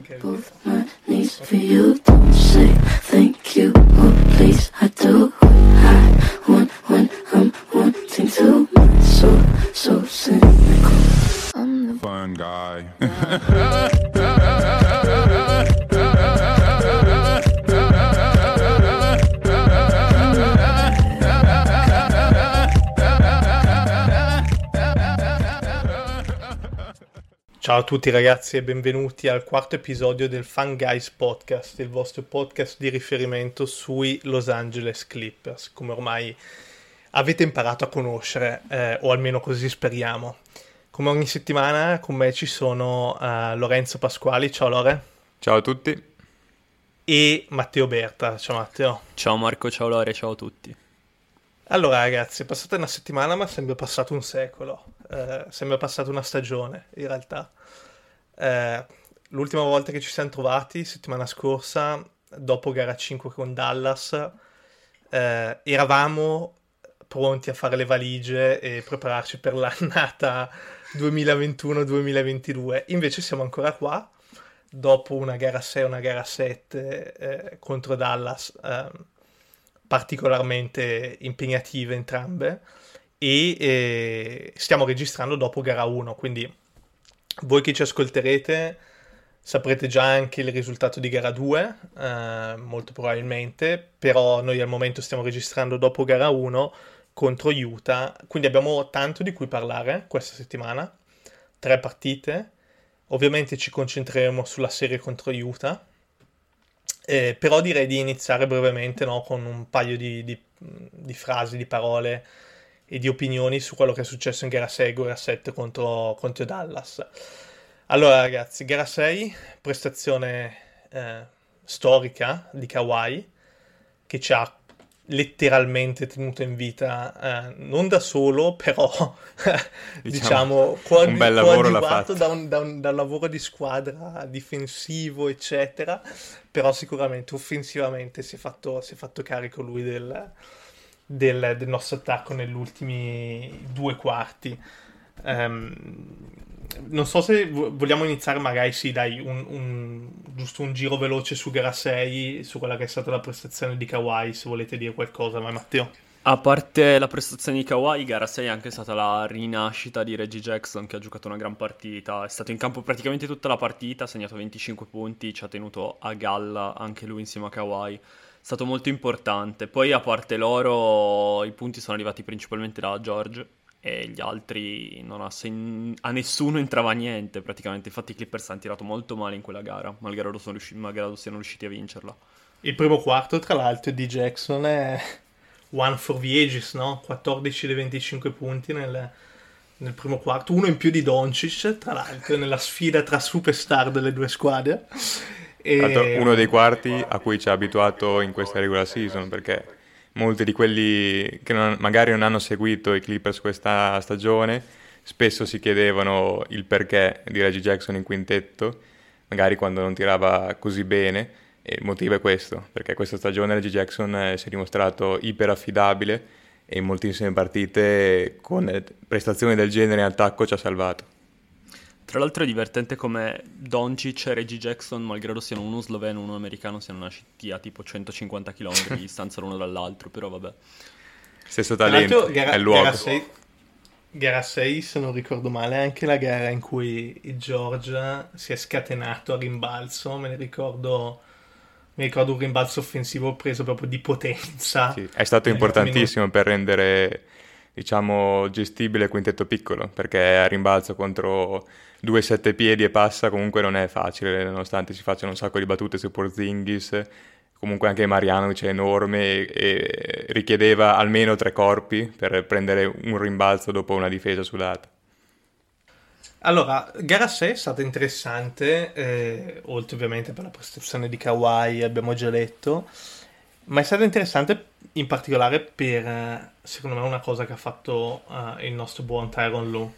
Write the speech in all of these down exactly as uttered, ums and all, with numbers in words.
che Both my knees for you, don't say thank you, oh please, I do what I want when I'm wanting to, my soul, so cynical, I'm the fun guy. Ciao a tutti ragazzi e benvenuti al quarto episodio del Fun Guys Podcast, il vostro podcast di riferimento sui Los Angeles Clippers, come ormai avete imparato a conoscere, eh, o almeno così speriamo. Come ogni settimana con me ci sono uh, Lorenzo Pasquali, ciao Lore. Ciao a tutti. E Matteo Berta, ciao Matteo. Ciao Marco, ciao Lore, ciao a tutti. Allora ragazzi, è passata una settimana ma sembra passato un secolo, eh, sembra passata una stagione in realtà. Eh, l'ultima volta che ci siamo trovati, settimana scorsa, dopo gara cinque con Dallas, eh, eravamo pronti a fare le valigie e prepararci per l'annata duemilaventuno duemilaventidue. Invece siamo ancora qua, dopo una gara sei e una gara sette eh, contro Dallas, eh, particolarmente impegnative entrambe, e eh, stiamo registrando dopo gara uno, quindi voi che ci ascolterete saprete già anche il risultato di gara due, eh, molto probabilmente, però noi al momento stiamo registrando dopo gara uno contro Utah, quindi abbiamo tanto di cui parlare questa settimana, tre partite, ovviamente ci concentreremo sulla serie contro Utah. Eh, però direi di iniziare brevemente, no, con un paio di, di, di frasi, di parole e di opinioni su quello che è successo in gara sei e gara sette contro, contro Dallas. Allora ragazzi, gara sei, prestazione eh, storica di Kawhi, che ci ha letteralmente tenuto in vita, eh, non da solo, però diciamo, diciamo coadi- un bel lavoro l'ha coadiuvato fatto da un, da, un, da un lavoro di squadra difensivo eccetera, però sicuramente offensivamente si è fatto, si è fatto carico lui del, del, del nostro attacco negli ultimi due quarti. Um, non so se vogliamo iniziare, magari sì dai, un, un, giusto un giro veloce su gara sei, su quella che è stata la prestazione di Kawhi, se volete dire qualcosa. Ma Matteo? A parte la prestazione di Kawhi, gara sei è anche stata la rinascita di Reggie Jackson, che ha giocato una gran partita, è stato in campo praticamente tutta la partita, ha segnato venticinque punti, ci ha tenuto a galla anche lui insieme a Kawhi, è stato molto importante. Poi a parte loro i punti sono arrivati principalmente da George e gli altri non ha seg- a nessuno entrava niente praticamente, infatti i Clippers hanno tirato molto male in quella gara, malgrado, sono riusci- malgrado siano riusciti a vincerla. Il primo quarto tra l'altro di Jackson è one for the ages, no? quattordici dei venticinque punti nel, nel primo quarto, uno in più di Doncic tra l'altro nella sfida tra superstar delle due squadre. E... uno dei quarti a cui ci ha abituato in questa regular season, perché molti di quelli che non, magari non hanno seguito i Clippers questa stagione spesso si chiedevano il perché di Reggie Jackson in quintetto, magari quando non tirava così bene, e il motivo è questo, perché questa stagione Reggie Jackson eh, si è dimostrato iperaffidabile e in moltissime partite con prestazioni del genere in attacco ci ha salvato. Tra l'altro è divertente come Doncic e Reggie Jackson, malgrado siano uno sloveno e uno americano, siano nasciti a tipo centocinquanta chilometri di distanza l'uno dall'altro, però vabbè. Stesso talento, gara, è il luogo. Gara sei, gara sei, se non ricordo male, è anche la gara in cui il Georgia si è scatenato a rimbalzo, me ne ricordo, mi ricordo un rimbalzo offensivo preso proprio di potenza. Sì, è stato importantissimo per rendere, diciamo, gestibile il quintetto piccolo, perché a rimbalzo contro due sette piedi e passa comunque non è facile, nonostante si facciano un sacco di battute su Porzingis. Comunque anche Marjanovic è enorme e richiedeva almeno tre corpi per prendere un rimbalzo dopo una difesa sudata. Allora, gara sei è stata interessante, eh, oltre ovviamente per la prestazione di Kawhi, abbiamo già detto, ma è stata interessante in particolare per, secondo me, una cosa che ha fatto uh, il nostro buon Tyronn Lue.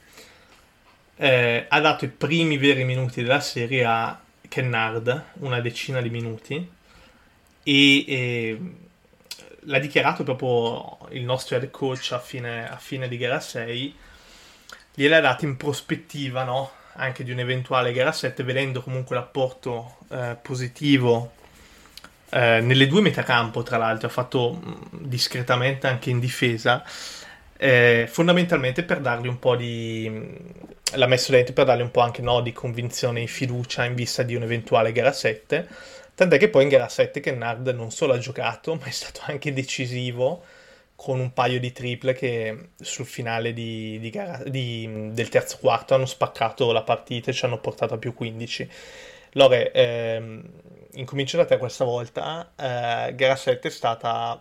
Eh, ha dato i primi veri minuti della serie a Kennard, una decina di minuti, e, e l'ha dichiarato proprio il nostro head coach a fine, a fine di gara sei, gliel'ha data in prospettiva, no? anche di un'eventuale gara sette, vedendo comunque l'apporto eh, positivo eh, nelle due metacampo, tra l'altro, ha fatto mh, discretamente anche in difesa, eh, fondamentalmente per dargli un po' di... l'ha messo dentro per dargli un po' anche no, di convinzione e fiducia in vista di un'eventuale gara sette, tant'è che poi in gara sette Kennard non solo ha giocato, ma è stato anche decisivo con un paio di triple che sul finale di, di gara, di, del terzo quarto hanno spaccato la partita e ci hanno portato a più quindici. Lore, ehm, incomincio da te questa volta. Eh, gara sette è stata...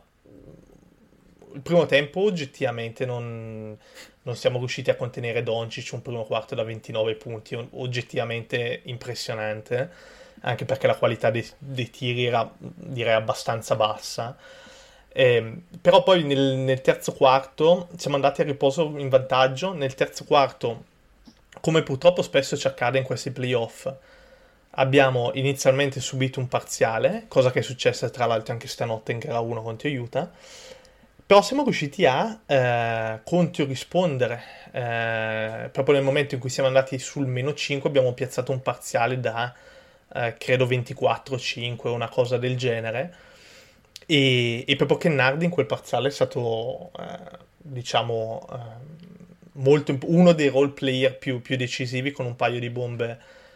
il primo tempo oggettivamente non, non siamo riusciti a contenere Doncic, un primo quarto da ventinove punti, oggettivamente impressionante, anche perché la qualità dei, dei tiri era, direi, abbastanza bassa. Eh, però poi nel, nel terzo quarto siamo andati a riposo in vantaggio. Nel terzo quarto, come purtroppo spesso ci accade in questi playoff, abbiamo inizialmente subito un parziale, cosa che è successa tra l'altro anche stanotte in gara uno contro Utah, però siamo riusciti a eh, controrispondere eh, proprio nel momento in cui siamo andati sul meno cinque. Abbiamo piazzato un parziale da eh, credo ventiquattro a cinque, una cosa del genere. E, e proprio Kennard in quel parziale è stato, eh, diciamo, eh, molto imp- uno dei role player più, più decisivi, con un paio di bombe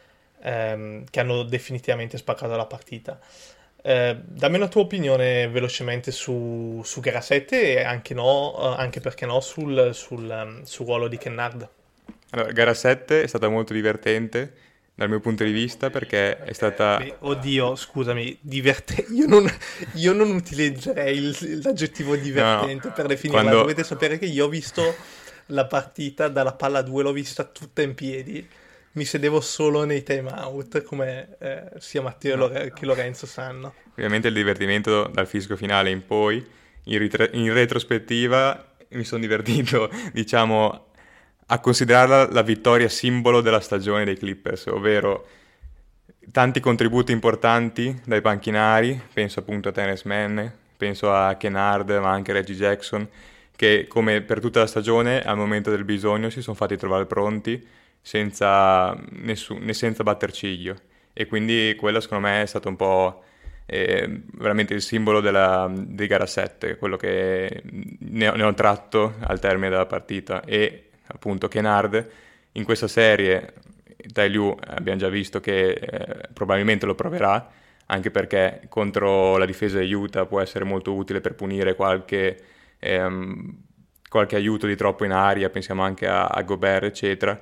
ehm, che hanno definitivamente spaccato la partita. Eh, dammi una tua opinione velocemente su, su gara sette e anche no, eh, anche perché no, sul, sul, um, sul ruolo di Kennard. Allora, gara sette è stata molto divertente dal mio punto di vista perché è stata... Beh, oddio, scusami, diverte... io, non, io non utilizzerei il- l'aggettivo divertente No, no. per definirla. Quando... Dovete sapere che io ho visto la partita dalla palla due, l'ho vista tutta in piedi. Mi sedevo solo nei time out, come eh, sia Matteo e No. Lore- che Lorenzo sanno. Ovviamente il divertimento dal fischio finale in poi, in, ritre- in retrospettiva mi sono divertito, diciamo, a considerarla la vittoria simbolo della stagione dei Clippers, ovvero tanti contributi importanti dai panchinari, penso appunto a Terence Mann, penso a Kennard, ma anche Reggie Jackson, che come per tutta la stagione al momento del bisogno si sono fatti trovare pronti senza, nessun, senza batter ciglio, e quindi quello secondo me è stato un po' eh, veramente il simbolo della, di gara sette, quello che ne ho, ne ho tratto al termine della partita. E appunto Kennard in questa serie, Ty Lue abbiamo già visto che eh, probabilmente lo proverà, anche perché contro la difesa di Utah può essere molto utile per punire qualche, ehm, qualche aiuto di troppo in aria, pensiamo anche a, a Gobert eccetera.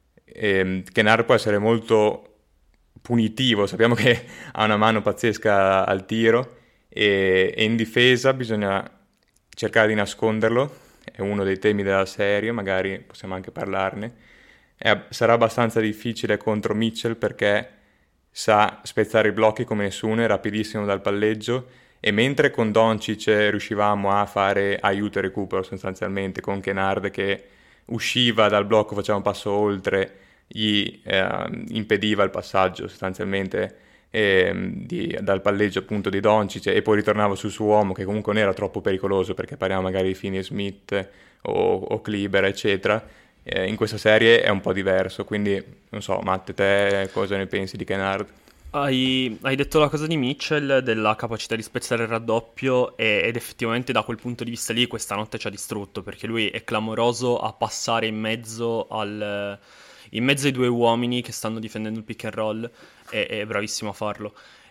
E Kennard può essere molto punitivo, sappiamo che ha una mano pazzesca al tiro, e, e in difesa bisogna cercare di nasconderlo, è uno dei temi della serie, magari possiamo anche parlarne. È, sarà abbastanza difficile contro Mitchell perché sa spezzare i blocchi come nessuno, è rapidissimo dal palleggio, e mentre con Doncic riuscivamo a fare aiuto e recupero sostanzialmente, con Kennard che usciva dal blocco, faceva un passo oltre, gli eh, impediva il passaggio sostanzialmente eh, di, dal palleggio appunto di Doncic, e poi ritornava sul suo uomo che comunque non era troppo pericoloso, perché parliamo magari di Finney-Smith o, o Kleber eccetera. Eh, in questa serie è un po' diverso, quindi non so, Matte, te cosa ne pensi di Kennard? Hai, hai detto la cosa di Mitchell, della capacità di spezzare il raddoppio, e- ed effettivamente da quel punto di vista lì questa notte ci ha distrutto, perché lui è clamoroso a passare in mezzo al, in mezzo ai due uomini che stanno difendendo il pick and roll, è, è bravissimo a farlo.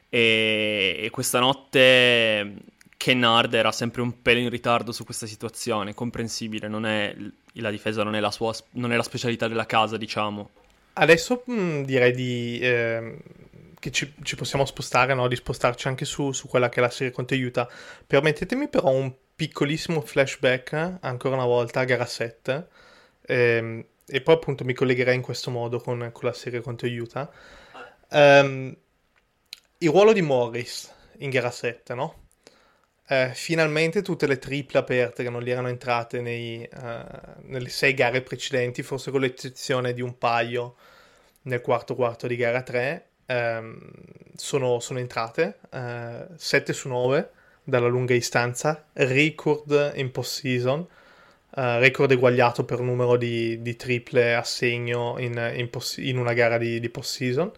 E, e questa notte Kennard era sempre un pelo in ritardo su questa situazione, comprensibile, non è, la difesa non è la sua, non è la specialità della casa, diciamo. Adesso mh, direi di, ehm, che ci, ci possiamo spostare, no? Di spostarci anche su, su quella che è la serie contro Utah. Permettetemi però un piccolissimo flashback, eh, ancora una volta, a gara sette, ehm, e poi appunto mi collegherei in questo modo con, con la serie contro Utah. Ehm, il ruolo di Morris in gara sette, no? Eh, finalmente tutte le triple aperte che non gli erano entrate nei, eh, nelle sei gare precedenti, forse con l'eccezione di un paio nel quarto quarto di gara tre, ehm, sono, sono entrate, eh, sette su nove dalla lunga distanza, record in postseason, uh, record eguagliato per numero di, di triple a segno in, in, poss- in una gara di, di post-season.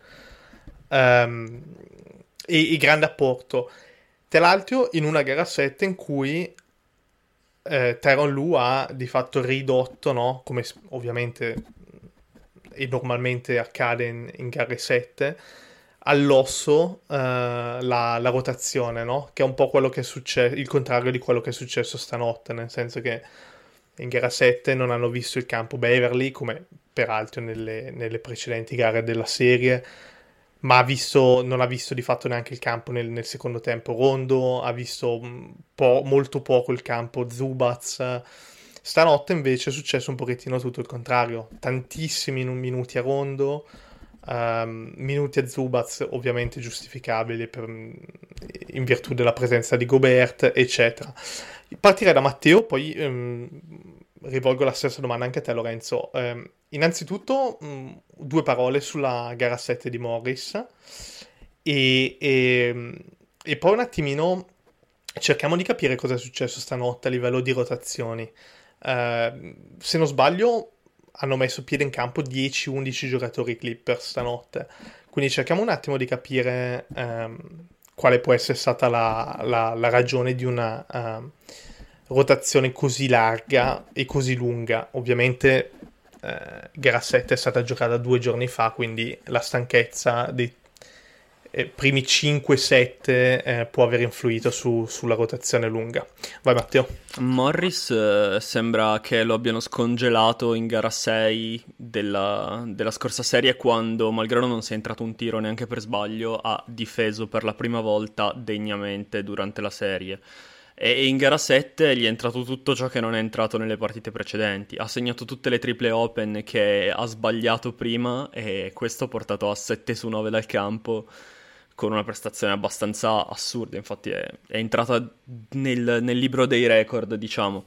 Um, e, e grande apporto. Tra l'altro in una gara sette in cui eh, Tyronn Lue ha di fatto ridotto, no? Come ovviamente e normalmente accade in, in gare sette, all'osso eh, la, la rotazione, no? Che è un po' quello che è successo, il contrario di quello che è successo stanotte, nel senso che in gara sette non hanno visto il campo Beverly, come peraltro nelle, nelle precedenti gare della serie, ma ha visto, non ha visto di fatto neanche il campo nel, nel secondo tempo Rondo, ha visto po- molto poco il campo Zubac. Stanotte invece è successo un pochettino tutto il contrario, tantissimi minuti a Rondo, um, minuti a Zubac ovviamente giustificabili per, in virtù della presenza di Gobert, eccetera. Partirei da Matteo, poi um, rivolgo la stessa domanda anche a te, Lorenzo. Um, innanzitutto um, due parole sulla gara sette di Morris e, e, e poi un attimino cerchiamo di capire cosa è successo stanotte a livello di rotazioni. Uh, se non sbaglio hanno messo piede in campo dieci undici giocatori Clippers stanotte, quindi cerchiamo un attimo di capire um, quale può essere stata la, la, la ragione di una uh, rotazione così larga e così lunga. Ovviamente uh, gara sette è stata giocata due giorni fa, quindi la stanchezza dei eh, primi cinque sette eh, può aver influito su, sulla rotazione lunga. Vai Matteo. Morris eh, sembra che lo abbiano scongelato in gara sei della, della scorsa serie, quando, malgrado non sia entrato un tiro neanche per sbaglio, ha difeso per la prima volta degnamente durante la serie. E in gara sette gli è entrato tutto ciò che non è entrato nelle partite precedenti. Ha segnato tutte le triple open che ha sbagliato prima, e questo ha portato a sette su nove dal campo, con una prestazione abbastanza assurda. Infatti è, è entrata nel, nel libro dei record, diciamo.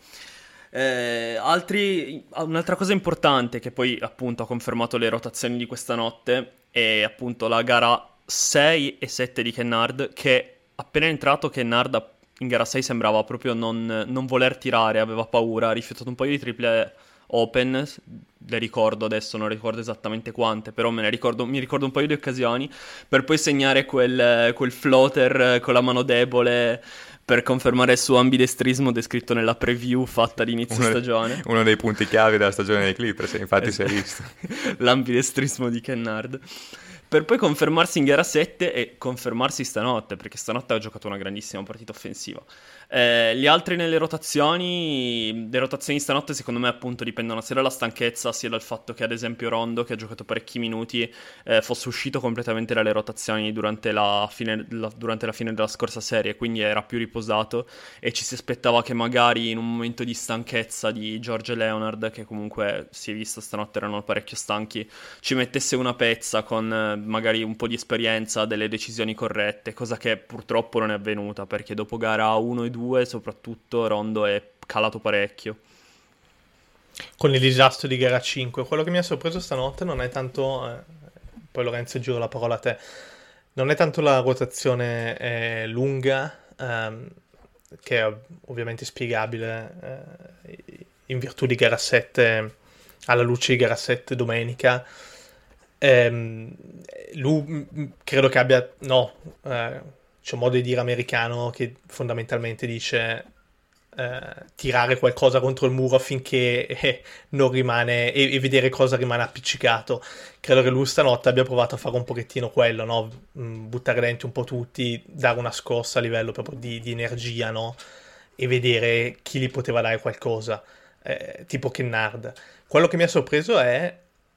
Eh, altri, un'altra cosa importante che poi appunto ha confermato le rotazioni di questa notte è appunto la gara sei e sette di Kennard, che appena entrato Kennard in gara sei sembrava proprio non, non voler tirare, aveva paura, ha rifiutato un paio di triple open, le ricordo adesso, non ricordo esattamente quante, però me ne ricordo, mi ricordo un paio di occasioni, per poi segnare quel, quel floater con la mano debole per confermare il suo ambidestrismo descritto nella preview fatta di inizio uno, stagione. Uno dei punti chiave della stagione dei Clippers, infatti si è visto. L'ambidestrismo di Kennard. Per poi confermarsi in gara sette e confermarsi stanotte, perché stanotte ha giocato una grandissima partita offensiva. Eh, gli altri nelle rotazioni, le rotazioni stanotte secondo me appunto dipendono sia dalla stanchezza, sia dal fatto che ad esempio Rondo, che ha giocato parecchi minuti, eh, fosse uscito completamente dalle rotazioni durante la, fine, la, durante la fine della scorsa serie, quindi era più riposato, e ci si aspettava che magari in un momento di stanchezza di George Leonard, che comunque si è visto stanotte erano parecchio stanchi, ci mettesse una pezza con eh, magari un po' di esperienza, delle decisioni corrette, cosa che purtroppo non è avvenuta, perché dopo gara uno e due soprattutto Rondo è calato parecchio. Con il disastro di gara cinque, quello che mi ha sorpreso stanotte non è tanto, eh, poi Lorenzo giro la parola a te, non è tanto la rotazione eh, lunga, ehm, che è ovviamente spiegabile eh, in virtù di gara sette, alla luce di gara sette domenica. ehm, lui credo che abbia, no, eh, c'è un modo di dire americano che fondamentalmente dice eh, tirare qualcosa contro il muro affinché eh, non rimane e, e vedere cosa rimane appiccicato. Credo che lui stanotte abbia provato a fare un pochettino quello, no? Buttare dentro un po' tutti, dare una scossa a livello proprio di, di energia, no? E vedere chi gli poteva dare qualcosa, eh, tipo Kennard. Quello che mi ha sorpreso è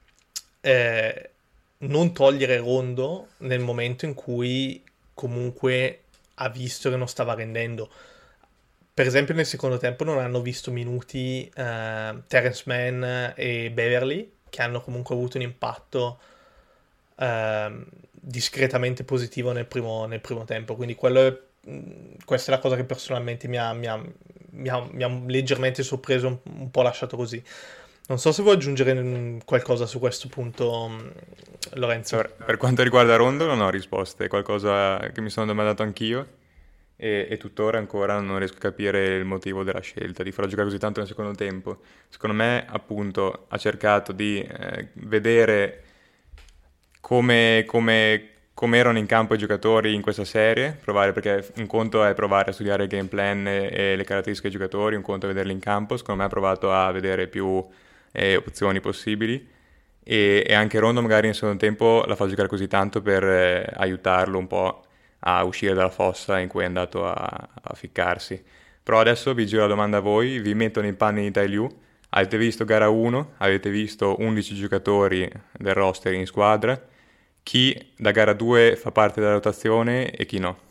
eh, non togliere Rondo nel momento in cui comunque ha visto che non stava rendendo. Per esempio nel secondo tempo non hanno visto minuti uh, Terrence Mann e Beverly, che hanno comunque avuto un impatto uh, discretamente positivo nel primo, nel primo tempo, quindi quello è, questa è la cosa che personalmente mi ha, mi ha, mi ha, mi ha leggermente sorpreso, un, un po' lasciato così. Non so se vuoi aggiungere qualcosa su questo punto, Lorenzo. Per, per quanto riguarda Rondo non ho risposte, è qualcosa che mi sono domandato anch'io. e, e tuttora ancora non riesco a capire il motivo della scelta di farlo giocare così tanto nel secondo tempo. Secondo me, appunto, ha cercato di eh, vedere come, come, come erano in campo i giocatori in questa serie, provare, perché un conto è provare a studiare il game plan e, e le caratteristiche dei giocatori, un conto è vederli in campo. Secondo me ha provato a vedere più eh, opzioni possibili, e, e anche Rondo magari nel secondo tempo la fa giocare così tanto per eh, aiutarlo un po' a uscire dalla fossa in cui è andato a, a ficcarsi. Però adesso vi giro la domanda a voi, vi metto nei panni di Ty Lue. Avete visto gara uno, avete visto undici giocatori del roster in squadra, chi da gara due fa parte della rotazione e chi no?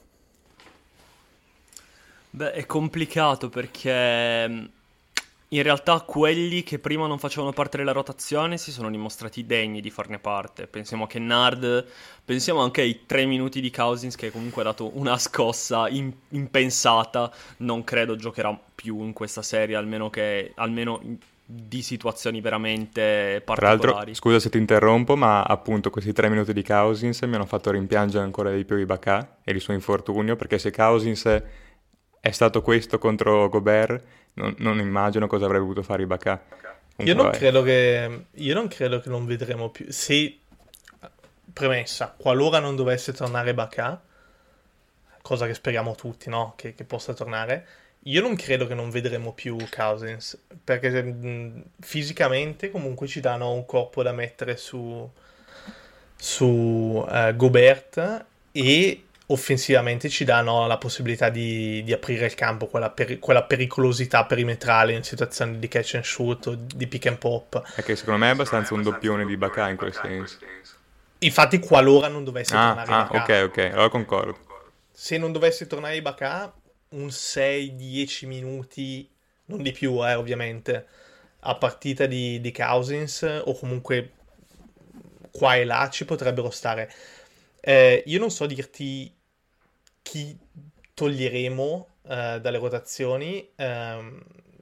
Beh, è complicato perché in realtà quelli che prima non facevano parte della rotazione si sono dimostrati degni di farne parte. Pensiamo a Kennard, pensiamo anche ai tre minuti di Cousins, che comunque ha dato una scossa in- impensata. Non credo giocherà più in questa serie, almeno che almeno in- di situazioni veramente Tra l'altro, particolari. scusa se ti interrompo, ma appunto questi tre minuti di Cousins mi hanno fatto rimpiangere ancora di più Ibaka e il suo infortunio, perché se Cousins è stato questo contro Gobert, non, non immagino cosa avrebbe voluto fare Ibaka. Io non credo che io non credo che non vedremo più. Se, premessa, qualora non dovesse tornare Ibaka, cosa che speriamo tutti, no? Che, che possa tornare, io non credo che non vedremo più Cousins, perché mh, fisicamente comunque ci danno un corpo da mettere su su uh, Gobert, e offensivamente ci danno la possibilità di, di aprire il campo, quella, peri- quella pericolosità perimetrale in situazioni di catch and shoot o di pick and pop. È che secondo me è abbastanza un doppione di Ibaka in quel senso. Infatti, qualora non dovesse Ah, tornare ah, Ibaka, ok, ok, allora concordo. se non dovesse tornare Ibaka, un sei dieci minuti, non di più, eh, ovviamente, a partita di, di Cousins, o comunque qua e là ci potrebbero stare. Eh, io non so dirti chi toglieremo eh, dalle rotazioni, ehm,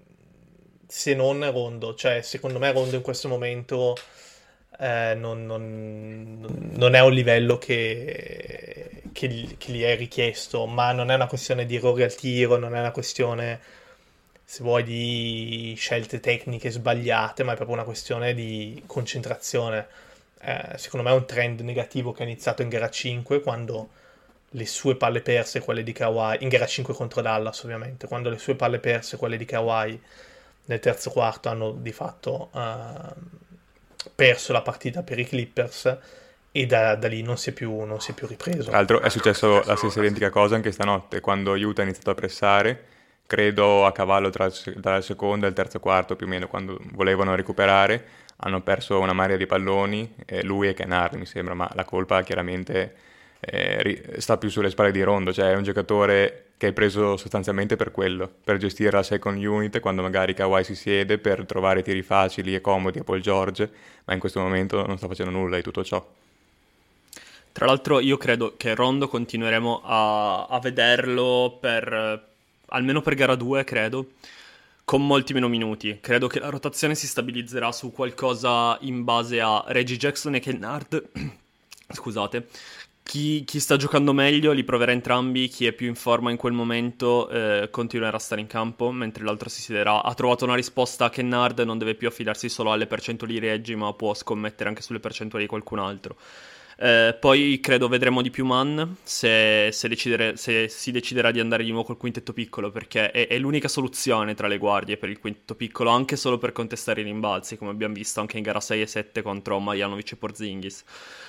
se non Rondo. Cioè, secondo me Rondo in questo momento eh, non, non- non è a un livello che, che, gli che gli è richiesto, ma non è una questione di errori al tiro, non è una questione, se vuoi, di scelte tecniche sbagliate, ma è proprio una questione di concentrazione. Eh, secondo me è un trend negativo che è iniziato in gara cinque, quando le sue palle perse, quelle di Kawhi, in gara cinque contro Dallas ovviamente, quando le sue palle perse, quelle di Kawhi nel terzo quarto, hanno di fatto eh, perso la partita per i Clippers, e da, da lì non si è più, non si è più ripreso. Tra l'altro è successo la stessa identica cosa anche stanotte, quando Utah ha iniziato a pressare, credo a cavallo tra il se- tra il secondo e il terzo quarto più o meno, quando volevano recuperare, hanno perso una marea di palloni, eh, lui e Kennard mi sembra, ma la colpa chiaramente eh, ri- sta più sulle spalle di Rondo, cioè è un giocatore che hai preso sostanzialmente per quello, per gestire la second unit quando magari Kawhi si siede, per trovare tiri facili e comodi a Paul George, ma in questo momento non sta facendo nulla di tutto ciò. Tra l'altro io credo che Rondo continueremo a, a vederlo per eh, almeno per gara due, credo, con molti meno minuti. Credo che la rotazione si stabilizzerà su qualcosa in base a Reggie Jackson e Kennard. Scusate. Chi, chi sta giocando meglio li proverà entrambi, chi è più in forma in quel momento eh, continuerà a stare in campo, mentre l'altro si siederà. Ha trovato una risposta a Kennard, non deve più affidarsi solo alle percentuali di Reggie, ma può scommettere anche sulle percentuali di qualcun altro. Eh, poi credo vedremo di più Mann se, se, decidere, se si deciderà di andare di nuovo col quintetto piccolo, perché è, è l'unica soluzione tra le guardie per il quintetto piccolo, anche solo per contestare i rimbalzi, come abbiamo visto anche in gara sei e sette contro Marjanovic e Porzingis.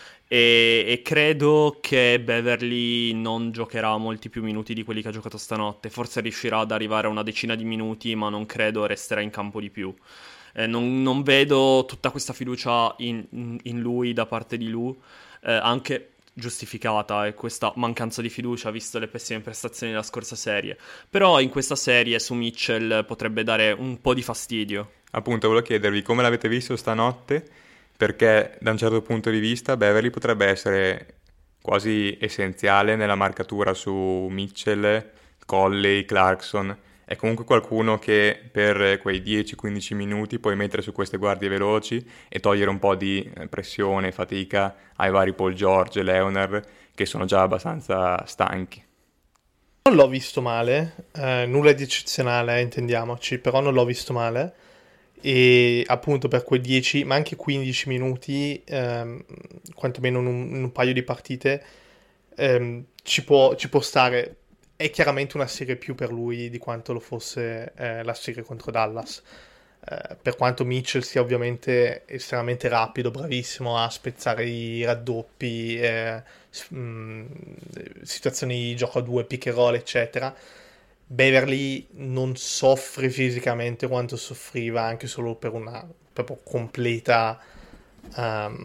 E, e credo che Beverly non giocherà molti più minuti di quelli che ha giocato stanotte. Forse riuscirà ad arrivare a una decina di minuti, ma non credo resterà in campo di più. Eh, non, non vedo tutta questa fiducia in, in, in lui da parte di Lue, eh, anche giustificata, e questa mancanza di fiducia visto le pessime prestazioni della scorsa serie. Però in questa serie su Mitchell potrebbe dare un po' di fastidio. Appunto, volevo chiedervi come l'avete visto stanotte, perché da un certo punto di vista Beverly potrebbe essere quasi essenziale nella marcatura su Mitchell, Colley, Clarkson. È comunque qualcuno che per quei dieci quindici minuti puoi mettere su queste guardie veloci e togliere un po' di pressione e fatica ai vari Paul George e Leonard, che sono già abbastanza stanchi. Non l'ho visto male, eh, nulla di eccezionale, eh, intendiamoci, però non l'ho visto male. E appunto per quei dieci, ma anche quindici minuti, ehm, quantomeno in un, in un paio di partite, ehm, ci può, ci può stare. È chiaramente una serie più per lui di quanto lo fosse eh, la serie contro Dallas. Eh, per quanto Mitchell sia ovviamente estremamente rapido, bravissimo a spezzare i raddoppi, eh, s- mh, situazioni di gioco a due, pick and roll, eccetera. Beverly non soffre fisicamente quanto soffriva anche solo per una proprio completa ehm,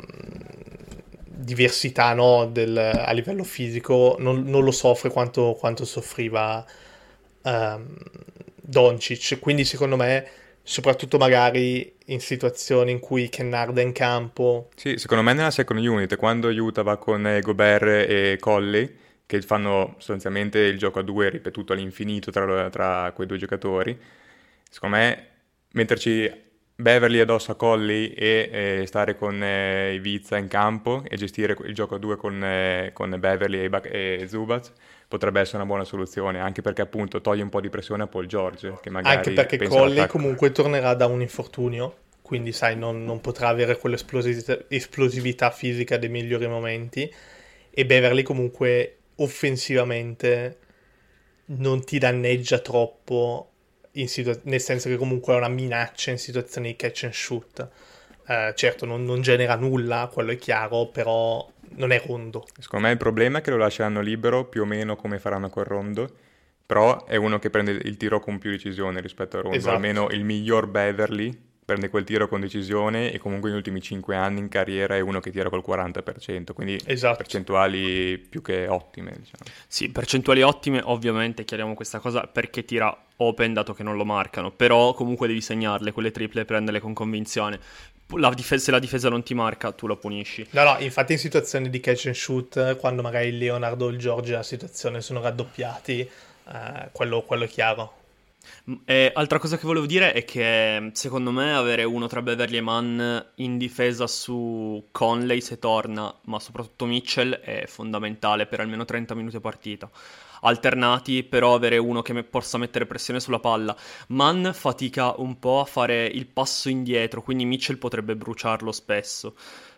diversità, no, del- a livello fisico, non, non lo soffre quanto, quanto soffriva ehm, Doncic. Quindi secondo me, soprattutto magari in situazioni in cui Kennard è in campo, Sì, secondo me nella second unit, quando Utah va con eh, Gobert e Conley, che fanno sostanzialmente il gioco a due ripetuto all'infinito tra, tra quei due giocatori, secondo me metterci Beverly addosso a Conley e eh, stare con eh, Ivica in campo e gestire il gioco a due con, eh, con Beverly e, Ibaka- e Zubac potrebbe essere una buona soluzione, anche perché appunto toglie un po' di pressione a Paul George, che anche magari perché pensa Conley all'attacco. comunque tornerà da un infortunio, quindi sai, non, non potrà avere quell'esplosività esplosività fisica dei migliori momenti, e Beverly comunque offensivamente non ti danneggia troppo, in situa- nel senso che comunque è una minaccia in situazioni di catch and shoot. Eh, certo, non, non genera nulla, quello è chiaro, però non è rondo. Secondo me il problema è che lo lasceranno libero più o meno come faranno con Rondo, però è uno che prende il tiro con più decisione rispetto a Rondo, Esatto. almeno il miglior Beverly prende quel tiro con decisione e comunque negli ultimi cinque anni in carriera è uno che tira col quaranta per cento, quindi Esatto. percentuali più che ottime, diciamo. Sì, percentuali ottime, ovviamente, chiariamo questa cosa, perché tira open dato che non lo marcano, però comunque devi segnarle, quelle triple prenderle con convinzione. La difesa, se la difesa non ti marca, tu la punisci. No, no, infatti in situazioni di catch and shoot, quando magari il Leonardo o il George la situazione sono raddoppiati, eh, quello, quello è chiaro. E altra cosa che volevo dire è che secondo me avere uno tra Beverly e Mann in difesa su Conley se torna, ma soprattutto Mitchell, è fondamentale per almeno trenta minuti a partita. Alternati, però avere uno che me- possa mettere pressione sulla palla. Mann fatica un po' a fare il passo indietro, quindi Mitchell potrebbe bruciarlo spesso.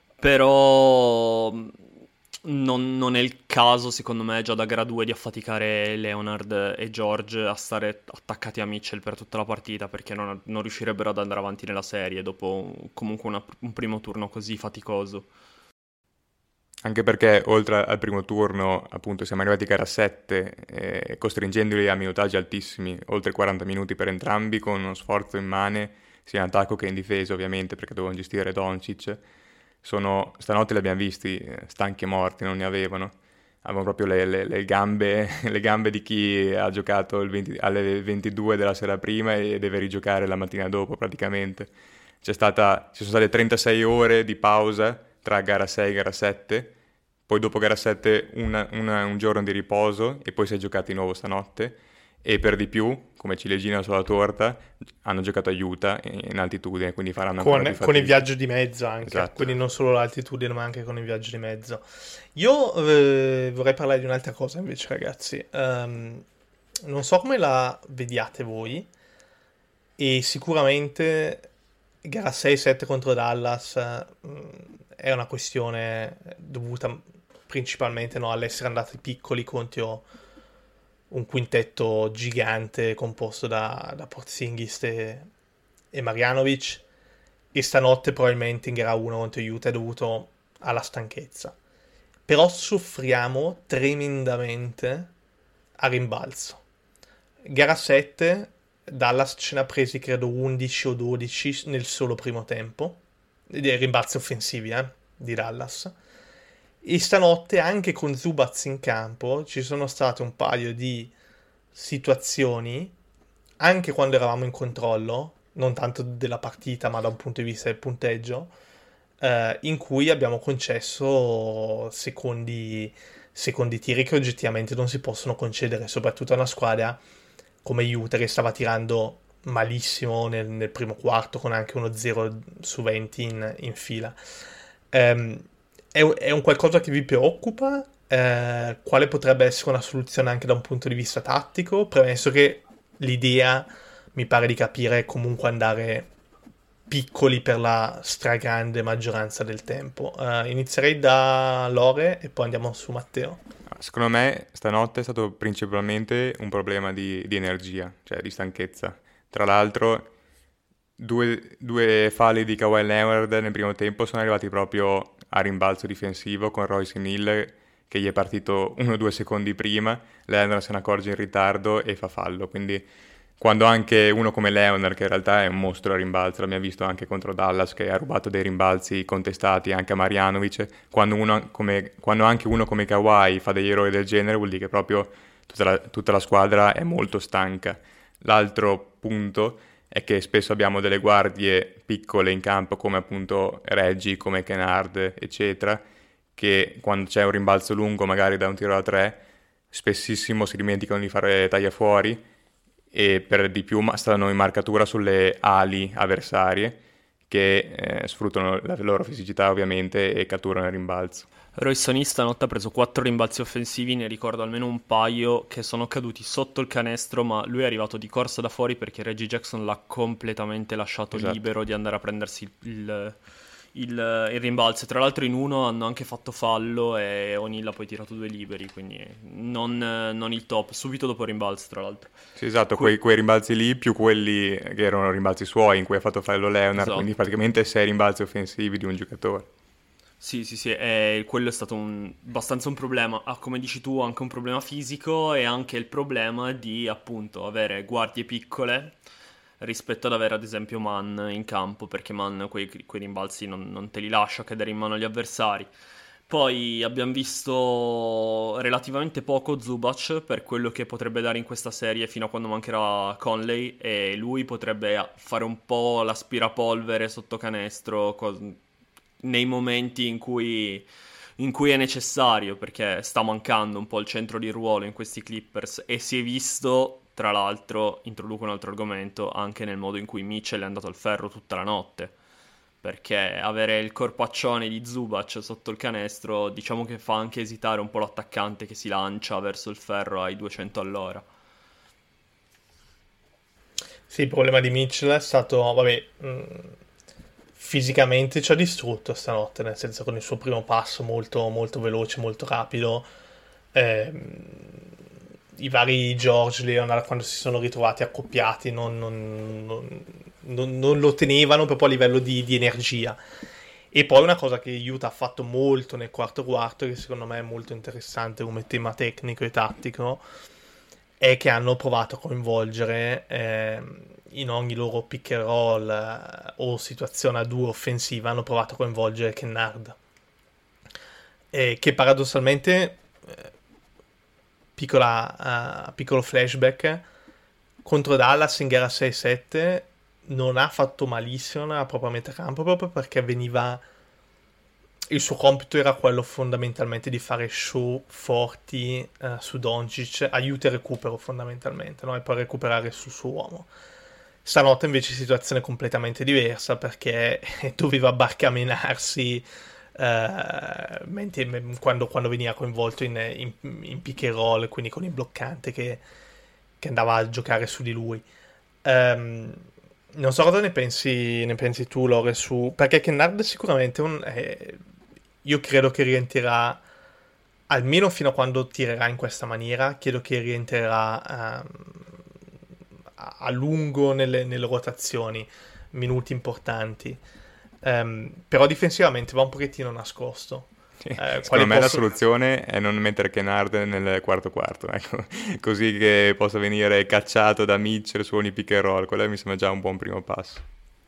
Però non, non è il caso, secondo me, già da gara due di affaticare Leonard e George a stare attaccati a Mitchell per tutta la partita, perché non, non riuscirebbero ad andare avanti nella serie dopo comunque una- un primo turno così faticoso. Anche perché oltre al primo turno, appunto, siamo arrivati a gara sette, eh, costringendoli a minutaggi altissimi, oltre quaranta minuti per entrambi, con uno sforzo immane, sia in attacco che in difesa, ovviamente, perché dovevano gestire Doncic. Sono, stanotte li abbiamo visti, eh, stanchi e morti, non ne avevano. Avevano proprio le, le- le gambe, le gambe di chi ha giocato il venti alle ventidue della sera prima e deve rigiocare la mattina dopo, praticamente. C'è stata, ci sono state trentasei ore di pausa tra gara sei e gara sette, poi dopo gara sette una- una- un giorno di riposo e poi si è giocato di nuovo stanotte, e per di più, come ciliegina sulla torta, hanno giocato a Utah in in altitudine, quindi faranno ancora Con, più con il fatica. viaggio di mezzo anche, Esatto. quindi non solo l'altitudine ma anche con il viaggio di mezzo. Io eh, vorrei parlare di un'altra cosa invece, ragazzi. Ehm, non so come la vediate voi, e sicuramente gara sei sette contro Dallas eh, è una questione dovuta principalmente, no, all'essere andati piccoli contro un quintetto gigante composto da, da Porzingis e, e Marjanovic, e stanotte probabilmente in gara uno contro Utah è dovuto alla stanchezza. Però soffriamo tremendamente a rimbalzo. Gara sette, Dallas ce n'ha presi credo undici o dodici nel solo primo tempo, dei rimbalzi offensivi eh, di Dallas. E stanotte anche con Zubac in campo ci sono state un paio di situazioni, anche quando eravamo in controllo, non tanto della partita ma da un punto di vista del punteggio, eh, in cui abbiamo concesso secondi, secondi tiri che oggettivamente non si possono concedere, soprattutto a una squadra come Utah che stava tirando malissimo nel, nel primo quarto con anche uno zero su venti in, in fila. Ehm, è, un- è un qualcosa che vi preoccupa eh, quale potrebbe essere una soluzione anche da un punto di vista tattico, premesso che l'idea, mi pare di capire, è comunque andare piccoli per la stragrande maggioranza del tempo. Uh, inizierei da Lore e poi andiamo su Matteo. Secondo me stanotte è stato principalmente un problema di, di energia, cioè di stanchezza. Tra l'altro due, due falli di Kawhi Leonard nel primo tempo sono arrivati proprio a rimbalzo difensivo con Royce O'Neal che gli è partito uno o due secondi prima, Leonard se ne accorge in ritardo e fa fallo, quindi quando anche uno come Leonard, che in realtà è un mostro a rimbalzo, l'abbiamo visto anche contro Dallas, che ha rubato dei rimbalzi contestati anche a Marjanovic, quando, uno come, quando anche uno come Kawhi fa degli errori del genere vuol dire che proprio tutta la, tutta la squadra è molto stanca. L'altro punto è che spesso abbiamo delle guardie piccole in campo, come appunto Reggie, come Kennard, eccetera, che quando c'è un rimbalzo lungo, magari da un tiro da tre, spessissimo si dimenticano di fare taglia fuori, e per di più stanno in marcatura sulle ali avversarie che eh, sfruttano la loro fisicità ovviamente e catturano il rimbalzo. Royce O'Neal stanotte ha preso quattro rimbalzi offensivi, ne ricordo almeno un paio che sono caduti sotto il canestro, ma lui è arrivato di corsa da fuori perché Reggie Jackson l'ha completamente lasciato Esatto. libero di andare a prendersi il, il, il, il rimbalzo. Tra l'altro in uno hanno anche fatto fallo e O'Neal ha poi tirato due liberi, quindi non, non il top, subito dopo il rimbalzo tra l'altro. Sì, esatto, Que- quei, quei rimbalzi lì più quelli che erano rimbalzi suoi in cui ha fatto fallo Leonard, Esatto. quindi praticamente sei rimbalzi offensivi di un giocatore. Sì, sì, sì, e quello è stato un, abbastanza un problema. Ha, come dici tu, anche un problema fisico e anche il problema di, appunto, avere guardie piccole rispetto ad avere, ad esempio, Mann in campo, perché Mann quei, quei rimbalzi non, non te li lascia cadere in mano agli avversari. Poi abbiamo visto relativamente poco Zubac per quello che potrebbe dare in questa serie fino a quando mancherà Conley, e lui potrebbe fare un po' l'aspirapolvere sotto canestro co- nei momenti in cui, in cui è necessario, perché sta mancando un po' il centro di ruolo in questi Clippers, e si è visto, tra l'altro, introduco un altro argomento, anche nel modo in cui Mitchell è andato al ferro tutta la notte, perché avere il corpaccione di Zubac sotto il canestro diciamo che fa anche esitare un po' l'attaccante che si lancia verso il ferro ai duecento all'ora. Sì, il problema di Mitchell è stato, vabbè, mh, fisicamente ci ha distrutto stanotte, nel senso con il suo primo passo molto, molto veloce, molto rapido. Ehm, I vari George Leonard, quando si sono ritrovati accoppiati, non, non, non, non, non lo tenevano proprio a livello di, di energia. E poi una cosa che Utah ha fatto molto nel quarto quarto, che secondo me è molto interessante come tema tecnico e tattico, è che hanno provato a coinvolgere eh, in ogni loro pick and roll eh, o situazione a due offensiva, hanno provato a coinvolgere Kennard, eh, che paradossalmente, eh, piccola, uh, piccolo flashback, contro Dallas in gara sei sette non ha fatto malissimo nella propria metà campo, proprio perché veniva, il suo compito era quello fondamentalmente di fare show forti uh, su Doncic, aiuta il recupero fondamentalmente, no? E poi recuperare sul suo uomo. Stanotte invece situazione completamente diversa, perché doveva barcamenarsi uh, mentre, quando, quando veniva coinvolto in, in, in pick and roll, quindi con il bloccante che, che andava a giocare su di lui. Um, non so cosa ne pensi, ne pensi tu, Lore, su, perché Kennard sicuramente un, eh, io credo che rientrerà almeno fino a quando tirerà in questa maniera, credo che rientrerà um, a, a lungo nelle, nelle rotazioni, minuti importanti, um, però difensivamente va un pochettino nascosto. Sì. Eh, Secondo me posso... la soluzione è non mettere Kennard nel quarto quarto, ecco. Così che possa venire cacciato da Mitchell su ogni pick and roll, quello mi sembra già un buon primo passo.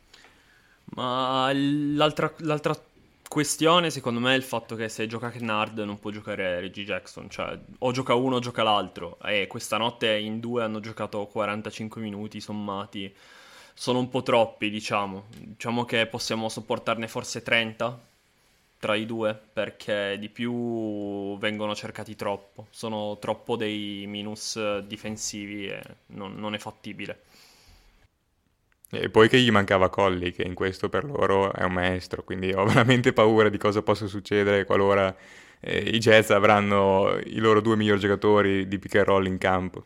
Ma l'altra, l'altra questione secondo me è il fatto che se gioca Kennard non può giocare Reggie Jackson, cioè o gioca uno o gioca l'altro, e questa notte in due hanno giocato quarantacinque minuti sommati, sono un po' troppi, diciamo diciamo che possiamo sopportarne forse trenta tra i due, perché di più vengono cercati troppo, sono troppo dei minus difensivi e non, non è fattibile. E poi che gli mancava Colli, che in questo per loro è un maestro, quindi ho veramente paura di cosa possa succedere qualora eh, i Jazz avranno i loro due migliori giocatori di pick and roll in campo.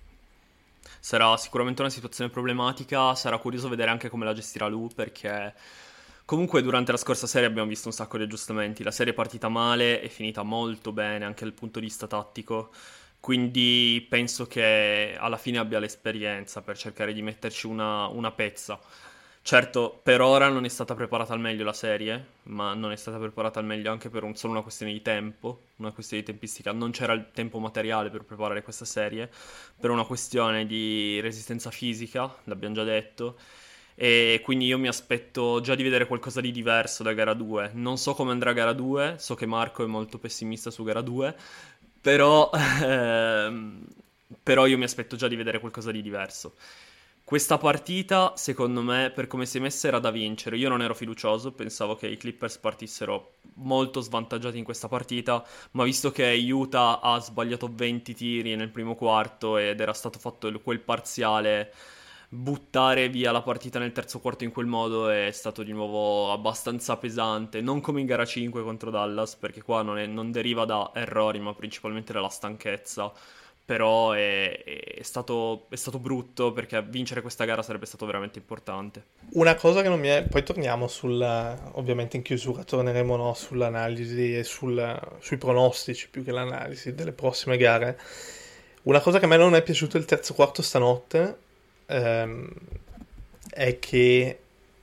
Sarà sicuramente una situazione problematica, sarà curioso vedere anche come la gestirà lui, perché comunque durante la scorsa serie abbiamo visto un sacco di aggiustamenti, la serie è partita male, è finita molto bene anche dal punto di vista tattico, quindi penso che alla fine abbia l'esperienza per cercare di metterci una, una pezza. Certo, per ora non è stata preparata al meglio la serie, ma non è stata preparata al meglio anche per un, solo una questione di tempo, una questione di tempistica. Non c'era il tempo materiale per preparare questa serie, per una questione di resistenza fisica, l'abbiamo già detto, e quindi io mi aspetto già di vedere qualcosa di diverso da gara due. Non so come andrà gara due, so che Marco è molto pessimista su gara due, però, ehm, però io mi aspetto già di vedere qualcosa di diverso. Questa partita, secondo me, per come si è messa, era da vincere. Io non ero fiducioso, pensavo che i Clippers partissero molto svantaggiati in questa partita, ma visto che Utah ha sbagliato venti tiri nel primo quarto ed era stato fatto quel parziale, buttare via la partita nel terzo quarto in quel modo è stato di nuovo abbastanza pesante. Non come in gara cinque contro Dallas, perché qua non, è, non deriva da errori, ma principalmente dalla stanchezza. Però è, è, stato, è stato brutto, perché vincere questa gara sarebbe stato veramente importante. Una cosa che non mi è... Poi torniamo sul... Ovviamente in chiusura torneremo, no, sull'analisi e sul, sui pronostici più che l'analisi delle prossime gare. Una cosa che a me non è piaciuto il terzo quarto stanotte ehm, è che,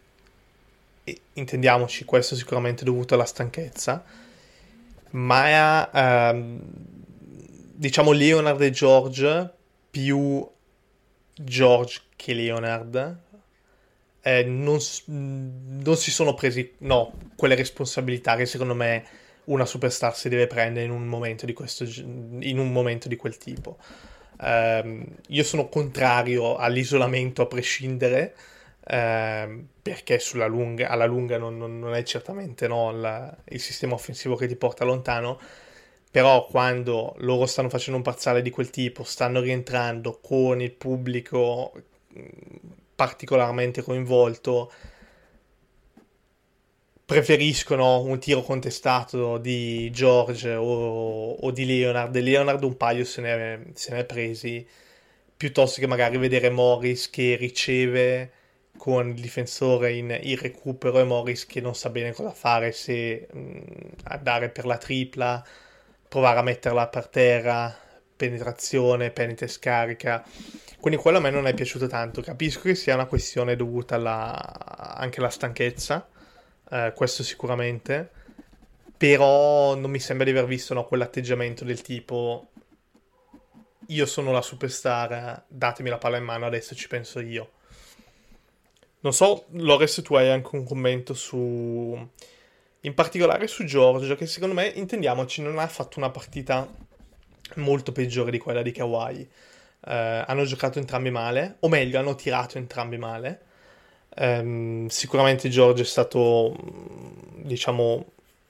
intendiamoci, questo è sicuramente dovuto alla stanchezza, ma ehm, diciamo Leonard e George, più George che Leonard, eh, non, non si sono presi, no, quelle responsabilità che secondo me una superstar si deve prendere in un momento di questo, in un momento di quel tipo. Um, io sono contrario all'isolamento a prescindere, um, perché sulla lunga, alla lunga non, non, non è certamente, no, la, il sistema offensivo che ti porta lontano. Però quando loro stanno facendo un parziale di quel tipo, stanno rientrando con il pubblico particolarmente coinvolto, preferiscono un tiro contestato di George o, o di Leonard. E Leonard un paio se ne, se ne è presi, piuttosto che magari vedere Morris che riceve con il difensore in il recupero e Morris che non sa bene cosa fare, se mh, andare per la tripla, provare a metterla per terra, penetrazione, penetra e scarica. Quindi quello a me non è piaciuto tanto. Capisco che sia una questione dovuta alla, anche alla stanchezza, eh, questo sicuramente, però non mi sembra di aver visto, no, quell'atteggiamento del tipo io sono la superstar, datemi la palla in mano, adesso ci penso io. Non so, Lores, se tu hai anche un commento su... in particolare su George, che secondo me, intendiamoci, non ha fatto una partita molto peggiore di quella di Kawhi. Uh, hanno giocato entrambi male, o meglio, hanno tirato entrambi male. Um, sicuramente George è stato, diciamo,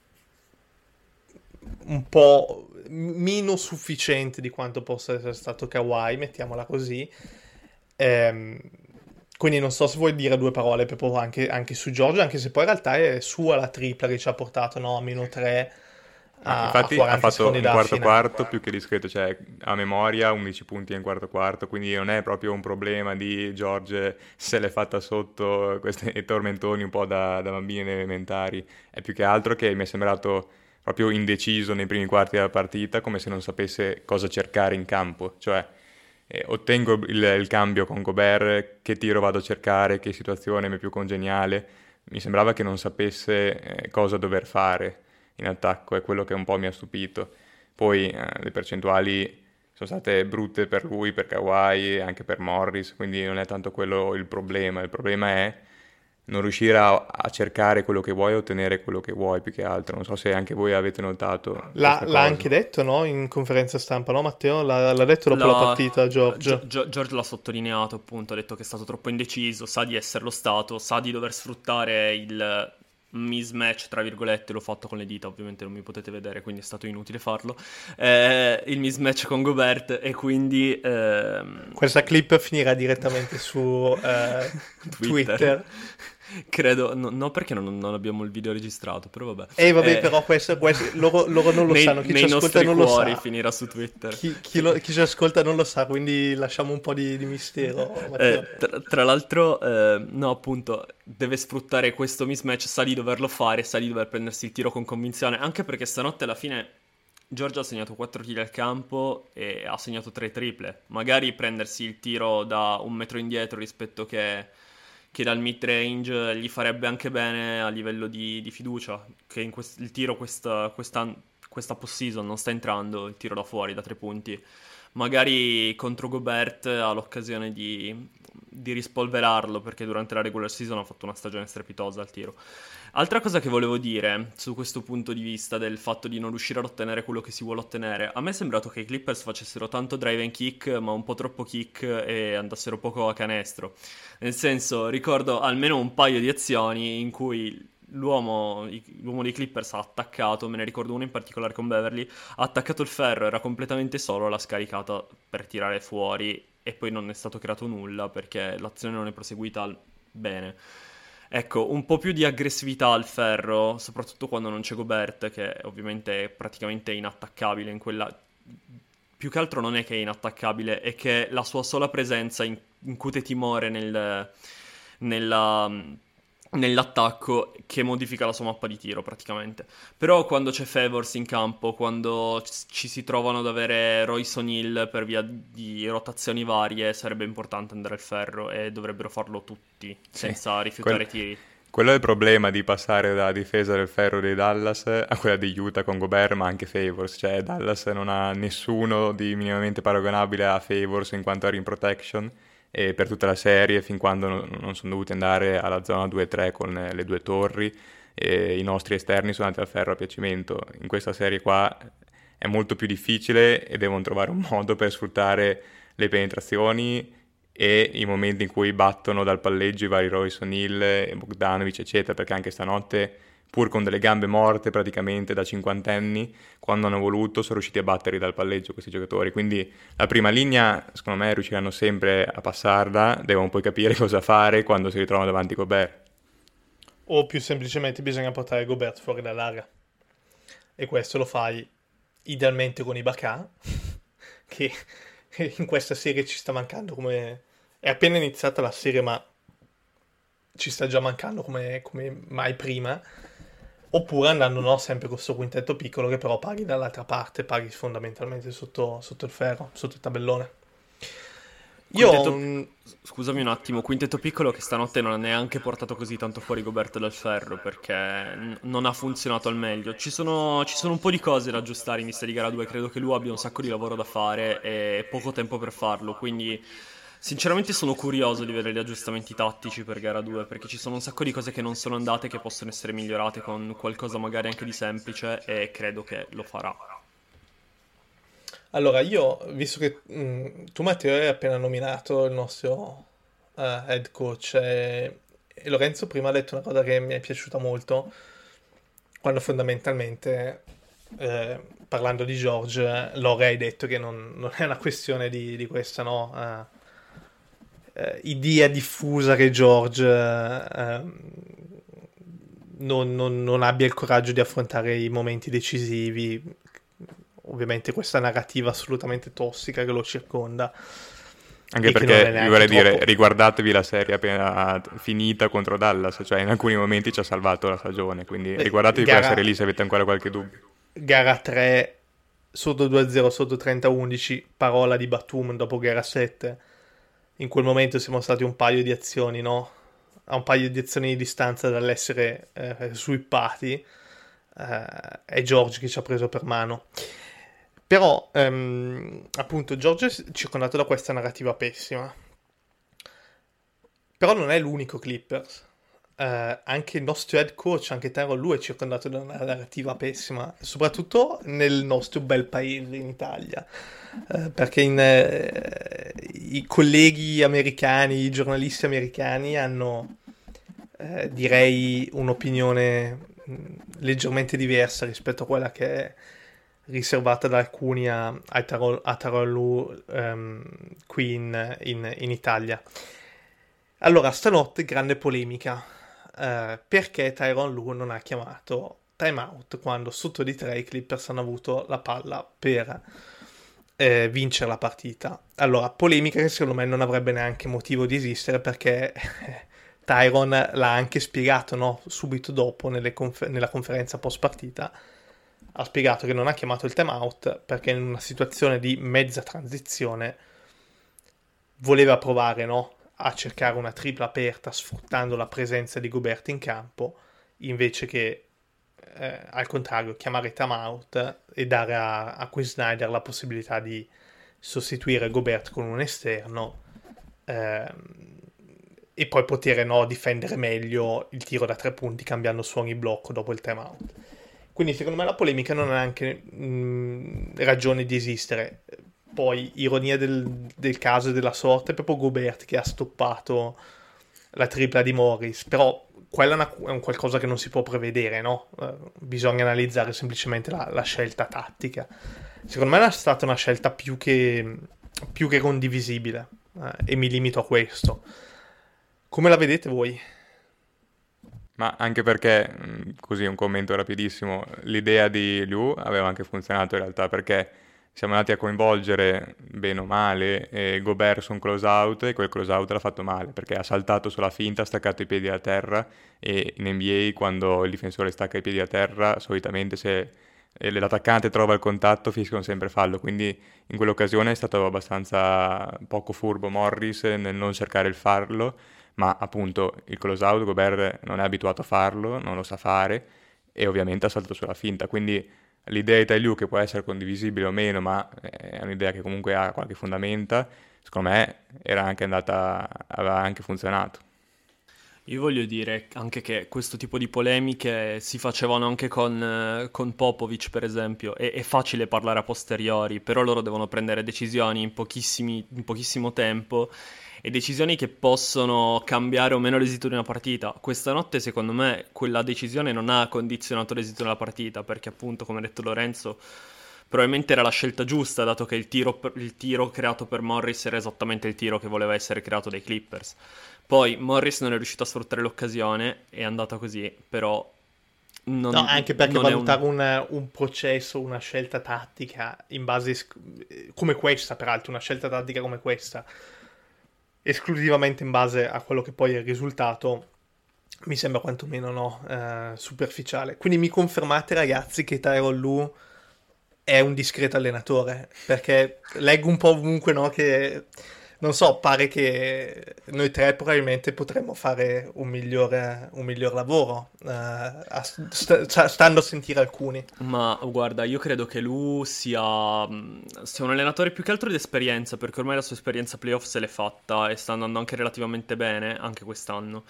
un po' meno sufficiente di quanto possa essere stato Kawhi, mettiamola così. Um, Quindi non so se vuoi dire due parole proprio anche, anche su George, anche se poi in realtà è sua la tripla che ci ha portato, no, a meno tre a, infatti a ha fatto un quarto fine. quarto più che discreto, cioè a memoria undici punti in quarto quarto, quindi non è proprio un problema di George se l'è fatta sotto questi tormentoni un po' da, da bambini elementari, è più che altro che mi è sembrato proprio indeciso nei primi quarti della partita, come se non sapesse cosa cercare in campo, cioè eh, ottengo il, il cambio con Gobert, che tiro vado a cercare, che situazione mi è più congeniale, mi sembrava che non sapesse eh, cosa dover fare in attacco, è quello che un po' mi ha stupito. Poi eh, le percentuali sono state brutte per lui, per Kawhi e anche per Morris, quindi non è tanto quello il problema, il problema è non riuscire a, a cercare quello che vuoi e ottenere quello che vuoi, più che altro. Non so se anche voi avete notato l'ha, l'ha anche detto, no, in conferenza stampa, no Matteo? L'ha, l'ha detto dopo la, la partita George. Gio, George l'ha sottolineato, appunto, ha detto che è stato troppo indeciso, sa di esserlo stato, sa di dover sfruttare il mismatch, tra virgolette, l'ho fatto con le dita, ovviamente non mi potete vedere, quindi è stato inutile farlo, eh, il mismatch con Gobert, e quindi ehm... questa clip finirà direttamente su eh, Twitter. Twitter. Credo, no, no, perché non, non abbiamo il video registrato, però vabbè. E vabbè, Eh, però questo, questo- loro, loro non lo nei, sanno, chi nei ci ascolta nostri non lo cuori sa. finirà su Twitter. Chi, chi lo- chi ci ascolta non lo sa, quindi lasciamo un po' di, di mistero, Matteo. Eh, tra, tra l'altro, eh, no, appunto, deve sfruttare questo mismatch, sa di doverlo fare, sa di dover prendersi il tiro con convinzione, anche perché stanotte alla fine Georgia ha segnato quattro tiri al campo e ha segnato tre triple. Magari prendersi il tiro da un metro indietro rispetto che, che dal mid-range gli farebbe anche bene a livello di, di fiducia, che in quest- il tiro questa, questa, questa post-season non sta entrando, il tiro da fuori, da tre punti. Magari contro Gobert ha l'occasione di, di rispolverarlo, perché durante la regular season ha fatto una stagione strepitosa al tiro. Altra cosa che volevo dire su questo punto di vista del fatto di non riuscire ad ottenere quello che si vuole ottenere, a me è sembrato che i Clippers facessero tanto drive and kick, ma un po' troppo kick e andassero poco a canestro. Nel senso, ricordo almeno un paio di azioni in cui l'uomo, l'uomo dei Clippers ha attaccato, me ne ricordo uno in particolare con Beverly, ha attaccato il ferro, era completamente solo, l'ha scaricata per tirare fuori e poi non è stato creato nulla perché l'azione non è proseguita al- bene. Ecco, un po' più di aggressività al ferro, soprattutto quando non c'è Gobert, che ovviamente è praticamente inattaccabile in quella... Più che altro non è che è inattaccabile, è che la sua sola presenza in- incute timore nel, nella, nell'attacco che modifica la sua mappa di tiro praticamente. Però quando c'è Favors in campo, quando c- ci si trovano ad avere Royce O'Neal per via di rotazioni varie, sarebbe importante andare al ferro e dovrebbero farlo tutti senza rifiutare Quel- tiri. Quello è il problema di passare dalla difesa del ferro dei Dallas a quella di Utah con Gobert, ma anche Favors. Cioè, Dallas non ha nessuno di minimamente paragonabile a Favors in quanto a rim protection, e per tutta la serie, fin quando non, non sono dovuti andare alla zona due tre con eh, le due torri, e i nostri esterni sono andati al ferro a piacimento. In questa serie qua è molto più difficile e devono trovare un modo per sfruttare le penetrazioni e i momenti in cui battono dal palleggio i vari Royce O'Neal e Bogdanovic eccetera, perché anche stanotte, pur con delle gambe morte praticamente da cinquantenni, quando hanno voluto sono riusciti a batterli dal palleggio questi giocatori. Quindi la prima linea secondo me riusciranno sempre a passarla, devono poi capire cosa fare quando si ritrovano davanti Gobert. O più semplicemente bisogna portare Gobert fuori dall'area. E questo lo fai idealmente con Ibaka, che in questa serie ci sta mancando come... È appena iniziata la serie, ma ci sta già mancando come, come mai prima. Oppure andando no, sempre con questo quintetto piccolo che però paghi dall'altra parte, paghi fondamentalmente sotto, sotto il ferro, sotto il tabellone. Io ho Quintetto- un- Scusami un attimo, quintetto piccolo che stanotte non ha neanche portato così tanto fuori Gobert dal ferro perché n- non ha funzionato al meglio. Ci sono, ci sono un po' di cose da aggiustare in vista di gara due, credo che lui abbia un sacco di lavoro da fare e poco tempo per farlo, quindi sinceramente sono curioso di vedere gli aggiustamenti tattici per gara due perché ci sono un sacco di cose che non sono andate che possono essere migliorate con qualcosa magari anche di semplice e credo che lo farà. Allora, io, visto che mh, tu Matteo hai appena nominato il nostro eh, head coach e, e Lorenzo prima ha detto una cosa che mi è piaciuta molto, quando fondamentalmente, eh, parlando di George, Lore hai detto che non, non è una questione di, di questa, no? eh, eh, idea diffusa che George eh, non, non- non abbia il coraggio di affrontare i momenti decisivi. Ovviamente questa narrativa assolutamente tossica che lo circonda. Anche E che non perché, è vi neanche vorrei dire, troppo. riguardatevi la serie appena finita contro Dallas, cioè in alcuni momenti ci ha salvato la stagione, quindi Beh, riguardatevi gara- quella serie lì se avete ancora qualche dubbio. Gara tre, sotto due a zero, sotto trenta a undici, parola di Batum dopo gara sette. In quel momento siamo stati un paio di azioni, no? A un paio di azioni di distanza dall'essere eh, swippati. Eh, è George che ci ha preso per mano. Però, ehm, appunto, George è circondato da questa narrativa pessima. Però non è l'unico Clippers. Eh, anche il nostro head coach, anche Tyronn Lue, è circondato da una narrativa pessima, soprattutto nel nostro bel paese in Italia. Eh, perché in, eh, i colleghi americani, i giornalisti americani hanno, eh, direi, un'opinione mh, leggermente diversa rispetto a quella che è riservata da alcuni a, a Tyronn a Tyronn Lue ehm, qui in, in- in Italia. Allora, stanotte grande polemica eh, perché Tyronn Lue non ha chiamato timeout quando sotto di tre i Clippers hanno avuto la palla per eh, vincere la partita. Allora, polemica che secondo me non avrebbe neanche motivo di esistere, perché Tyronn l'ha anche spiegato, no? Subito dopo nelle confer- nella conferenza post partita ha spiegato che non ha chiamato il timeout perché in una situazione di mezza transizione voleva provare, no? A cercare una tripla aperta sfruttando la presenza di Gobert in campo, invece che eh, al contrario chiamare timeout e dare a, a Quinn Snyder la possibilità di sostituire Gobert con un esterno ehm, e poi poter, no, difendere meglio il tiro da tre punti cambiando su ogni blocco dopo il timeout. Quindi secondo me la polemica non ha anche mh, ragione di esistere. Poi, ironia del, del caso e della sorte, è proprio Gobert che ha stoppato la tripla di Morris, però quella è, una, è un qualcosa che non si può prevedere, no? Eh, bisogna analizzare semplicemente la, la scelta tattica. Secondo me è stata una scelta più che, più che condivisibile, eh, e mi limito a questo. Come la vedete voi? Ma anche perché, mh, così un commento rapidissimo, l'idea di Lue aveva anche funzionato in realtà, perché siamo andati a coinvolgere, bene o male, eh, Gobert su un close out, e quel close out l'ha fatto male, perché ha saltato sulla finta, ha staccato i piedi a terra, e in N B A quando il difensore stacca i piedi a terra, solitamente se eh, l'attaccante trova il contatto fischiano sempre fallo, quindi in quell'occasione è stato abbastanza poco furbo Morris nel non cercare il farlo, ma appunto il close out Gobert non è abituato a farlo, non lo sa fare, e ovviamente ha saltato sulla finta, quindi l'idea di Ty Lue, che può essere condivisibile o meno, ma è un'idea che comunque ha qualche fondamenta, secondo me era anche andata, aveva anche funzionato. Io voglio dire anche che questo tipo di polemiche si facevano anche con, eh, con Popovic, per esempio. È, è facile parlare a posteriori, però loro devono prendere decisioni in, pochissimi, in pochissimo tempo, e decisioni che possono cambiare o meno l'esito di una partita. Questa notte, secondo me, quella decisione non ha condizionato l'esito della partita, perché appunto, come ha detto Lorenzo, probabilmente era la scelta giusta, dato che il tiro, il tiro creato per Morris era esattamente il tiro che voleva essere creato dai Clippers. Poi Morris non è riuscito a sfruttare l'occasione, è andata così, però non, no, anche perché non valutare è un... un, un processo, una scelta tattica in base come questa, peraltro una scelta tattica come questa, esclusivamente in base a quello che poi è il risultato, mi sembra quantomeno no, eh, superficiale. Quindi mi confermate, ragazzi, che Tyronn Lue è un discreto allenatore, perché leggo un po' ovunque, no, che non so, pare che noi tre probabilmente potremmo fare un migliore, un miglior lavoro, eh, a, st- stando a sentire alcuni. Ma guarda, io credo che lui sia, sia un allenatore più che altro di esperienza, perché ormai la sua esperienza playoff se l'è fatta e sta andando anche relativamente bene, anche quest'anno.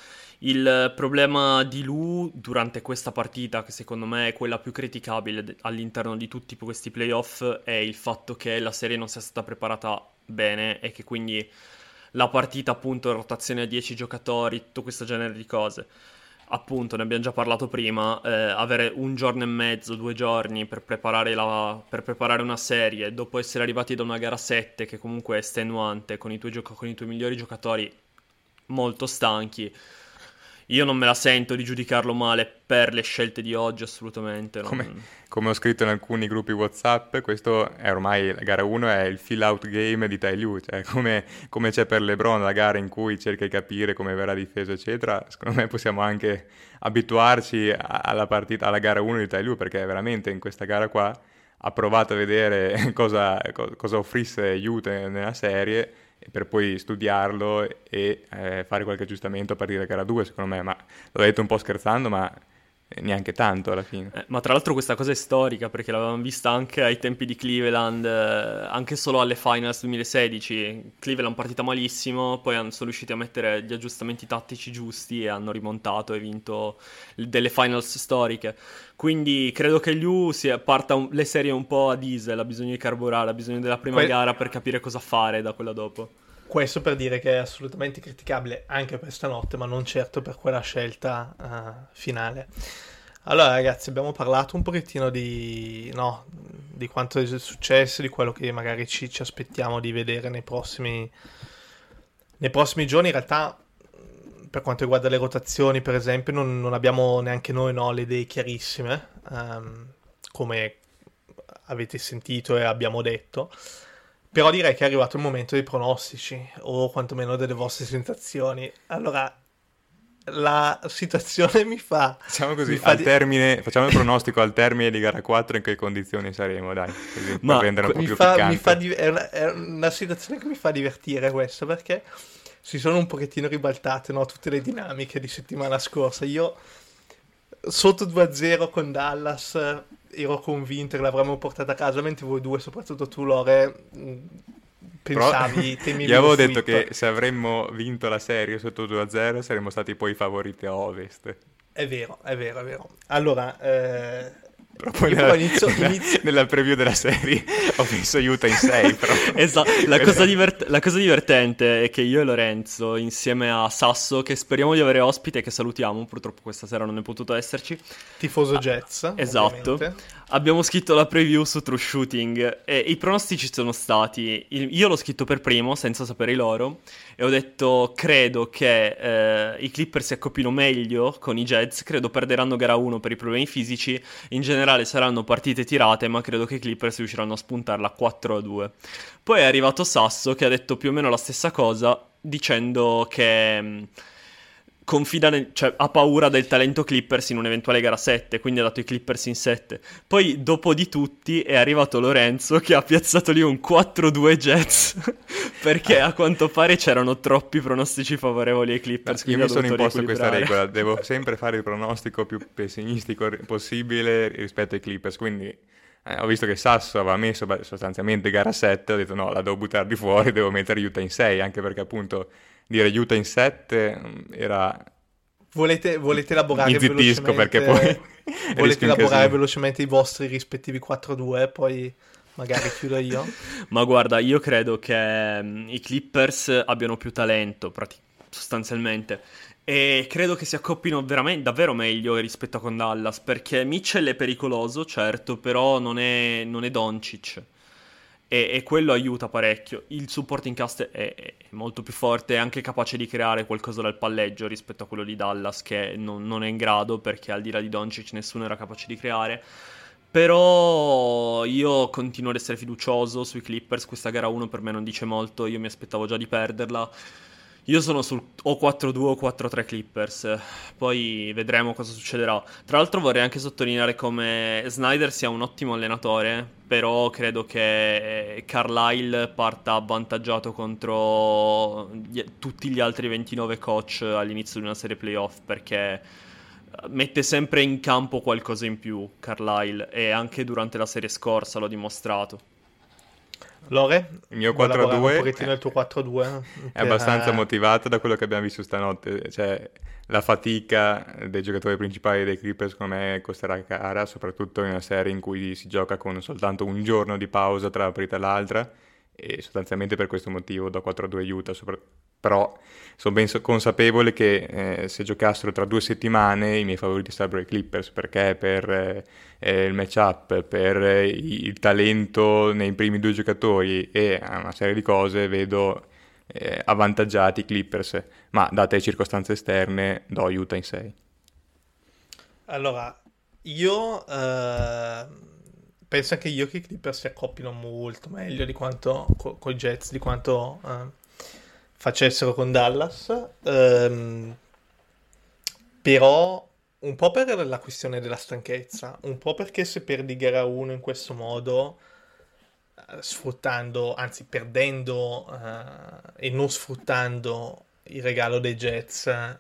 Il problema di lui durante questa partita, che secondo me è quella più criticabile all'interno di tutti questi playoff, è il fatto che la serie non sia stata preparata bene e che quindi la partita, appunto, rotazione a dieci giocatori, tutto questo genere di cose, appunto, ne abbiamo già parlato prima, eh, avere un giorno e mezzo, due giorni per preparare, la, per preparare una serie, dopo essere arrivati da una gara sette che comunque è estenuante, con i tuoi, gioco- con i tuoi migliori giocatori molto stanchi. Io non me la sento di giudicarlo male per le scelte di oggi, assolutamente. Non... Come, come ho scritto in alcuni gruppi WhatsApp, questo è ormai, la gara uno è il fill-out game di Ty Lue, cioè come, come c'è per LeBron la gara in cui cerca di capire come verrà difeso, eccetera, secondo me possiamo anche abituarci alla partita, alla gara uno di Ty Lue, perché veramente in questa gara qua ha provato a vedere cosa, cosa offrisse Utah nella serie, per poi studiarlo e eh, fare qualche aggiustamento a partire da gara due, secondo me, ma l'ho detto un po' scherzando, ma neanche tanto alla fine. Eh, ma tra l'altro questa cosa è storica, perché l'avevamo vista anche ai tempi di Cleveland, eh, anche solo alle Finals duemilasedici. Cleveland partita malissimo, poi sono riusciti a mettere gli aggiustamenti tattici giusti e hanno rimontato e vinto delle Finals storiche. Quindi credo che Lue sia, parta un, le serie un po' a diesel, ha bisogno di carburare, ha bisogno della prima que- gara per capire cosa fare da quella dopo. Questo per dire che è assolutamente criticabile anche per stanotte, ma non certo per quella scelta uh, finale. Allora ragazzi, abbiamo parlato un pochettino di, no, di quanto è successo, di quello che magari ci, ci aspettiamo di vedere nei prossimi, nei prossimi giorni. In realtà per quanto riguarda le rotazioni, per esempio, non, non abbiamo neanche noi, no, le idee chiarissime, um, come avete sentito e abbiamo detto. Però direi che è arrivato il momento dei pronostici, o quantomeno delle vostre sensazioni. Allora, la situazione mi fa... Facciamo così, fa al di... termine, facciamo il pronostico al termine di gara quattro in che condizioni saremo, dai, così, Ma per rendere un po' mi più fa, piccante. mi fa di... è, una, è una situazione che mi fa divertire questa, perché si sono un pochettino ribaltate, no, tutte le dinamiche di settimana scorsa. Io, sotto due a zero con Dallas, ero convinto che l'avremmo portata a casa, mentre voi due, soprattutto tu, Lore, pensavi, temi io avevo detto che se avremmo vinto la serie sotto due a zero saremmo stati poi i favoriti a Ovest. È vero, è vero, è vero. Allora, eh, però poi io nella, però inizio, nella, inizio... nella preview della serie ho messo Utah in sei. Esatto, la cosa, divert- la cosa divertente è che io e Lorenzo, insieme a Sasso, che speriamo di avere ospite, che salutiamo, purtroppo questa sera non è potuto esserci, tifoso Jets, ah, esatto, ovviamente. Abbiamo scritto la preview su True Shooting e i pronostici sono stati, io l'ho scritto per primo senza sapere i loro e ho detto credo che eh, i Clippers si accoppino meglio con i Jets, credo perderanno gara uno per i problemi fisici, in generale saranno partite tirate, ma credo che i Clippers riusciranno a spuntarla quattro a due. Poi è arrivato Sasso che ha detto più o meno la stessa cosa, dicendo che mh, confida nel, cioè ha paura del talento Clippers in un'eventuale gara sette, quindi ha dato i Clippers in sette. Poi dopo di tutti è arrivato Lorenzo che ha piazzato lì un quattro due Jets perché a quanto pare c'erano troppi pronostici favorevoli ai Clippers. Io mi sono imposto questa regola, devo sempre fare il pronostico più pessimistico possibile rispetto ai Clippers, quindi eh, ho visto che Sasso aveva messo beh, sostanzialmente gara sette, ho detto no, la devo buttare di fuori, devo mettere Utah in sei, anche perché appunto dire Utah in sette era... Volete, volete elaborare mi zittisco velocemente... perché poi... volete elaborare velocemente i vostri rispettivi quattro due, poi magari chiudo io? Ma guarda, io credo che um, i Clippers abbiano più talento, prati- sostanzialmente. E credo che si accoppino veramente davvero meglio rispetto a con Dallas, perché Mitchell è pericoloso, certo, però non è, non è Doncic. E, e quello aiuta parecchio. Il supporting cast è, è molto più forte, è anche capace di creare qualcosa dal palleggio rispetto a quello di Dallas, che non, non è in grado, perché al di là di Doncic nessuno era capace di creare. Però io continuo ad essere fiducioso sui Clippers. Questa gara uno per me non dice molto, io mi aspettavo già di perderla. Io sono sul o quattro due o quattro tre Clippers, poi vedremo cosa succederà. Tra l'altro vorrei anche sottolineare come Snyder sia un ottimo allenatore, però credo che Carlisle parta avvantaggiato contro gli, tutti gli altri ventinove coach all'inizio di una serie playoff, perché mette sempre in campo qualcosa in più Carlisle, e anche durante la serie scorsa l'ho dimostrato. Lore? Il mio quattro a due un pochettino il tuo quattro a due è per... abbastanza motivato da quello che abbiamo visto stanotte, cioè la fatica dei giocatori principali dei Clippers secondo me costerà cara, soprattutto in una serie in cui si gioca con soltanto un giorno di pausa tra la partita e l'altra, e sostanzialmente per questo motivo do quattro a due Utah, sopra... però sono ben consapevole che eh, se giocassero tra due settimane i miei favoriti sarebbero i Clippers, perché per eh, il matchup, per eh, il talento nei primi due giocatori e una serie di cose vedo eh, avvantaggiati i Clippers, ma date le circostanze esterne do Utah in sei. Allora, io eh, penso anche io che i Clippers si accoppino molto meglio di quanto con co i Jets, di quanto eh, facessero con Dallas, ehm, però un po' per la questione della stanchezza, un po' perché se perdi gara uno in questo modo, eh, sfruttando, anzi perdendo eh, e non sfruttando il regalo dei Jets, eh,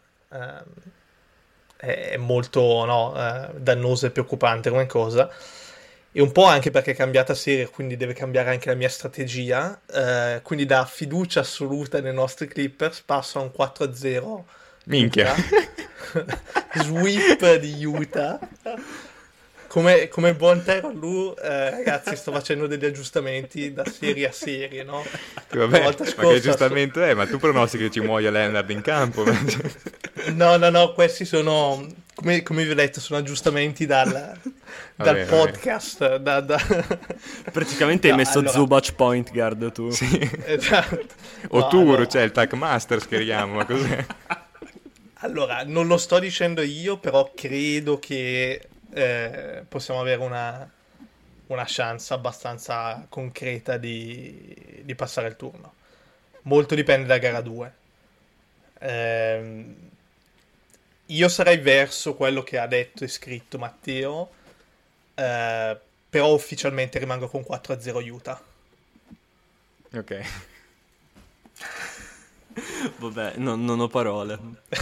è molto no, eh, dannoso e preoccupante come cosa. E un po' anche perché è cambiata serie, quindi deve cambiare anche la mia strategia, eh, quindi da fiducia assoluta nei nostri Clippers passo a un quattro a zero. Minchia. Sweep di Utah. Come, come buon Tyronn Lue, eh, ragazzi, sto facendo degli aggiustamenti da serie a serie, no? Vabbè, ma che aggiustamento so... è? Ma tu pronostichi che ci muoia Leonard in campo? No, no, no, questi sono, come, come vi ho detto, sono aggiustamenti dal, dal vabbè, podcast. Da, da... Praticamente no, hai messo allora... Zubac point guard tu. Sì. Esatto. O no, Turo, allora... cioè il Tag Master, schieriamo, ma cos'è? Allora, non lo sto dicendo io, però credo che eh, possiamo avere una, una chance abbastanza concreta di, di passare il turno. Molto dipende da gara due. Eh, io sarei verso quello che ha detto e scritto Matteo, eh, però ufficialmente rimango con quattro a zero Utah. Ok. Vabbè, no- non ho parole.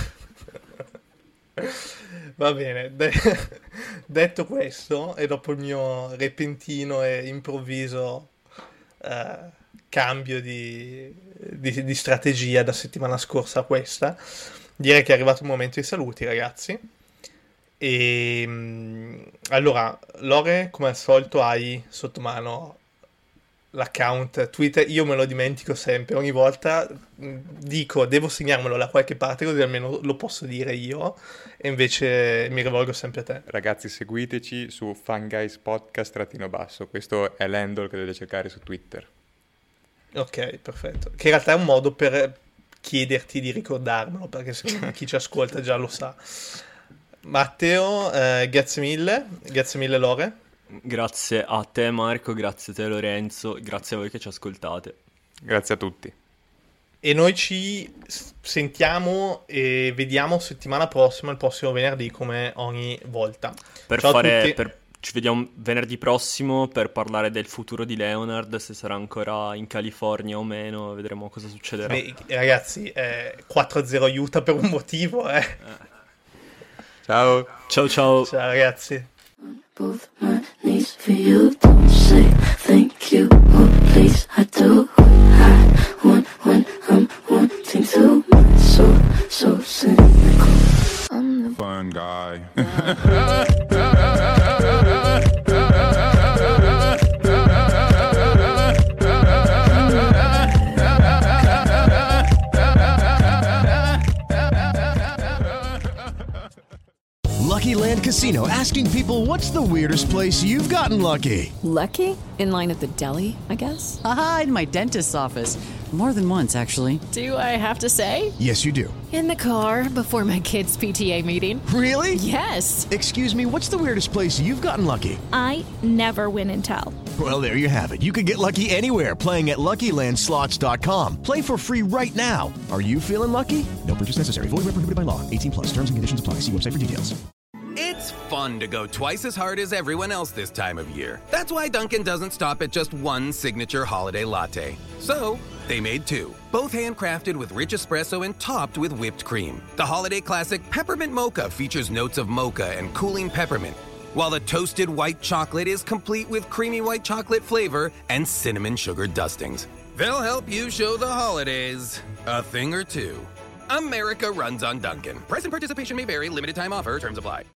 Va bene, De- detto questo, e dopo il mio repentino e improvviso eh, cambio di, di- di strategia da settimana scorsa a questa, direi che è arrivato il momento dei saluti, ragazzi. E mm, allora, Lore, come al solito, hai sotto mano l'account Twitter. Io me lo dimentico sempre, ogni volta mh, dico devo segnarmelo da qualche parte così almeno lo posso dire io, e invece mi rivolgo sempre a te. Ragazzi, seguiteci su Funguys Podcast trattino basso, questo è l'handle che dovete cercare su Twitter. Ok, perfetto. Che in realtà è un modo per chiederti di ricordarmelo, perché secondo me chi ci ascolta già lo sa. Matteo, eh, grazie mille, grazie mille Lore. Grazie a te Marco, grazie a te Lorenzo, grazie a voi che ci ascoltate. Grazie a tutti. E noi ci s- sentiamo e vediamo settimana prossima, il prossimo venerdì, come ogni volta. Per Ciao a fare, tutti. per- ci vediamo venerdì prossimo per parlare del futuro di Leonard, se sarà ancora in California o meno, vedremo cosa succederà. Beh, ragazzi, eh, quattro a zero Utah per un motivo, eh. Ciao. Ciao ciao. Ciao ragazzi. Both my knees for you. Don't say thank you, or please. I do what I want when I'm wanting to. My soul, so cynical. I'm the Fun guy. Lucky Land Casino, asking people, what's the weirdest place you've gotten lucky? Lucky? In line at the deli, I guess? Aha, in my dentist's office. More than once, actually. Do I have to say? Yes, you do. In the car before my kids' P T A meeting. Really? Yes. Excuse me, what's the weirdest place you've gotten lucky? I never win and tell. Well, there you have it. You can get lucky anywhere, playing at Lucky Land Slots dot com. Play for free right now. Are you feeling lucky? No purchase necessary. Void where prohibited by law. eighteen plus. Terms and conditions apply. See website for details. It's fun to go twice as hard as everyone else this time of year. That's why Dunkin' doesn't stop at just one signature holiday latte. So, they made two, both handcrafted with rich espresso and topped with whipped cream. The holiday classic Peppermint Mocha features notes of mocha and cooling peppermint, while the toasted white chocolate is complete with creamy white chocolate flavor and cinnamon sugar dustings. They'll help you show the holidays a thing or two. America runs on Dunkin'. Price and participation may vary. Limited time offer. Terms apply.